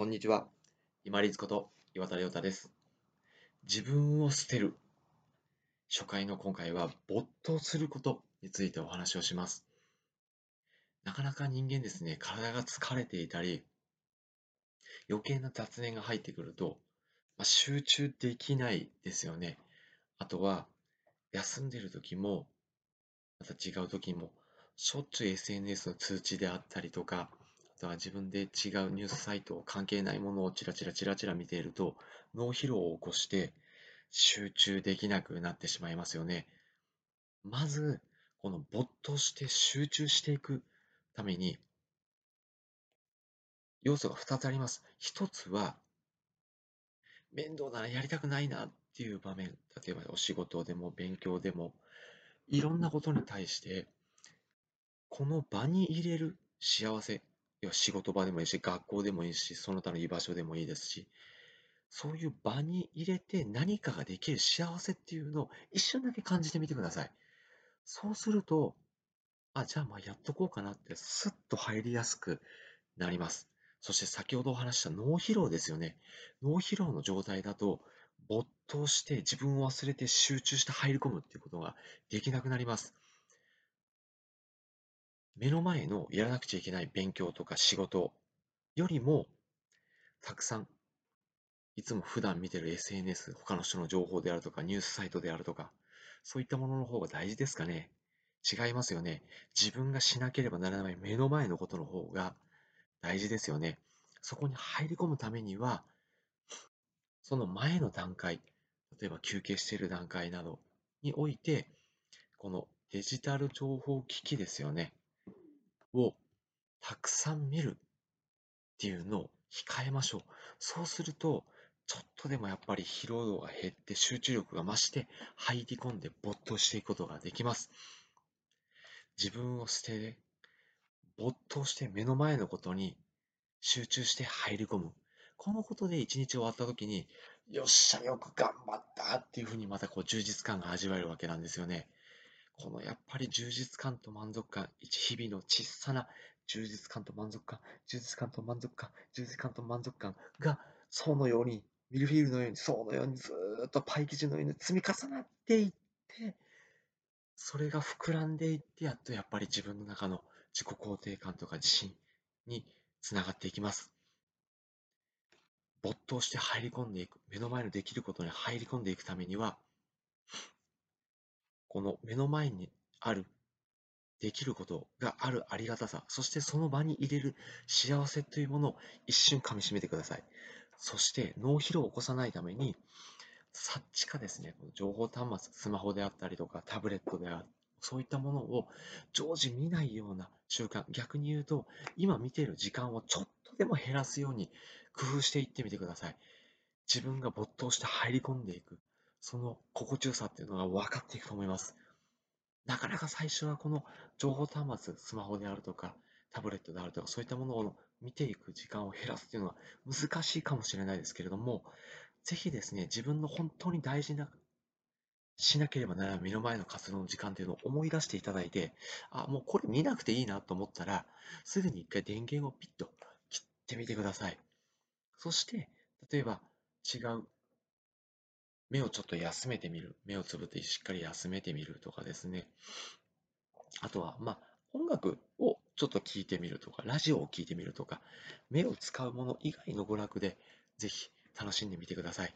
こんにちは。今立こと岩田亮太です。自分を捨てる。初回の今回は没頭することについてお話をします。なかなか人間ですね、体が疲れていたり、余計な雑念が入ってくると、集中できないですよね。あとは、休んでる時も、また違う時も、しょっちゅう SNS の通知であったりとか、あとは自分で違うニュースサイト、関係ないものをチラチラチラチラ見ていると、脳疲労を起こして集中できなくなってしまいますよね。まず、この没頭して集中していくために、要素が2つあります。1つは、面倒だな、やりたくないなっていう場面、例えばお仕事でも勉強でも、いろんなことに対して、この場に入れる幸せ、要は仕事場でもいいし、学校でもいいし、その他の居場所でもいいですし、そういう場に入れて何かができる幸せっていうのを一瞬だけ感じてみてください。そうすると、じゃあやっとこうかなってスッと入りやすくなります。そして先ほどお話しした脳疲労ですよね。脳疲労の状態だと、没頭して自分を忘れて集中して入り込むっていうことができなくなります。目の前のやらなくちゃいけない勉強とか仕事よりも、たくさんいつも普段見てる SNS、他の人の情報であるとか、ニュースサイトであるとか、そういったものの方が大事ですかね。違いますよね。自分がしなければならない目の前のことの方が大事ですよね。そこに入り込むためには、その前の段階、例えば休憩している段階などにおいて、このデジタル情報機器ですよね、をたくさん見るっていうのを控えましょう。そうすると、ちょっとでもやっぱり疲労度が減って集中力が増して入り込んで没頭していくことができます。自分を捨てて没頭して目の前のことに集中して入り込む。このことで一日終わった時に、よっしゃ、よく頑張ったっていうふうにまた充実感が味わえるわけなんですよね。このやっぱり充実感と満足感、日々の小さな充実感と満足感、充実感と満足感、充実感と満足感が層のように、ミルフィーユのように、層のようにずーっとパイ生地のように積み重なっていって、それが膨らんでいって、やっとやっぱり自分の中の自己肯定感とか自信につながっていきます。没頭して入り込んでいく、目の前のできることに入り込んでいくためには、この目の前にあるできることがあるありがたさ、そしてその場に入れる幸せというものを一瞬噛み締めてください。そして脳疲労を起こさないために、察知化ですね、この情報端末、スマホであったりとかタブレットである、そういったものを常時見ないような習慣、逆に言うと、今見ている時間をちょっとでも減らすように工夫していってみてください。自分が没頭して入り込んでいく、その心地よさっていうのが分かっていくと思います。なかなか最初はこの情報端末、スマホであるとか、タブレットであるとか、そういったものを見ていく時間を減らすというのは難しいかもしれないですけれども、ぜひですね、自分の本当に大事な、しなければならない目の前の活動の時間というのを思い出していただいて、もうこれ見なくていいなと思ったら、すぐに一回電源をピッと切ってみてください。そして、例えば違う目をちょっと休めてみる。目をつぶってしっかり休めてみるとかですね。あとは、音楽をちょっと聴いてみるとか、ラジオを聴いてみるとか、目を使うもの以外の娯楽で、ぜひ楽しんでみてください。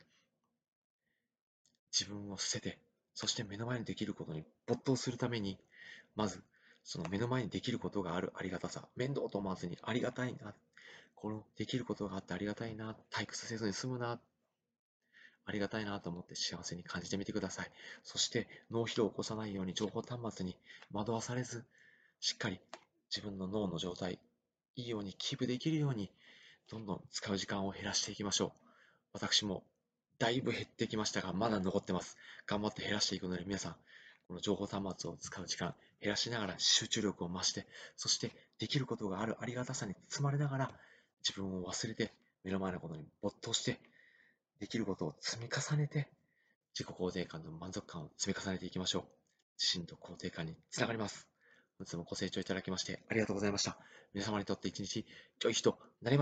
自分を捨てて、そして目の前にできることに没頭するために、まず、その目の前にできることがあるありがたさ、面倒と思わずにありがたいな、このできることがあってありがたいな、退屈せずに済むな、ありがたいなと思って幸せに感じてみてください。そして脳疲労を起こさないように情報端末に惑わされず、しっかり自分の脳の状態、いいようにキープできるように、どんどん使う時間を減らしていきましょう。私もだいぶ減ってきましたが、まだ残ってます。頑張って減らしていくので、皆さん、この情報端末を使う時間、減らしながら集中力を増して、そしてできることがあるありがたさに包まれながら、自分を忘れて、目の前のことに没頭して、できることを積み重ねて、自己肯定感と満足感を積み重ねていきましょう。自信と肯定感につながります。本日もご清聴いただきましてありがとうございました。皆様にとって一日良い日となります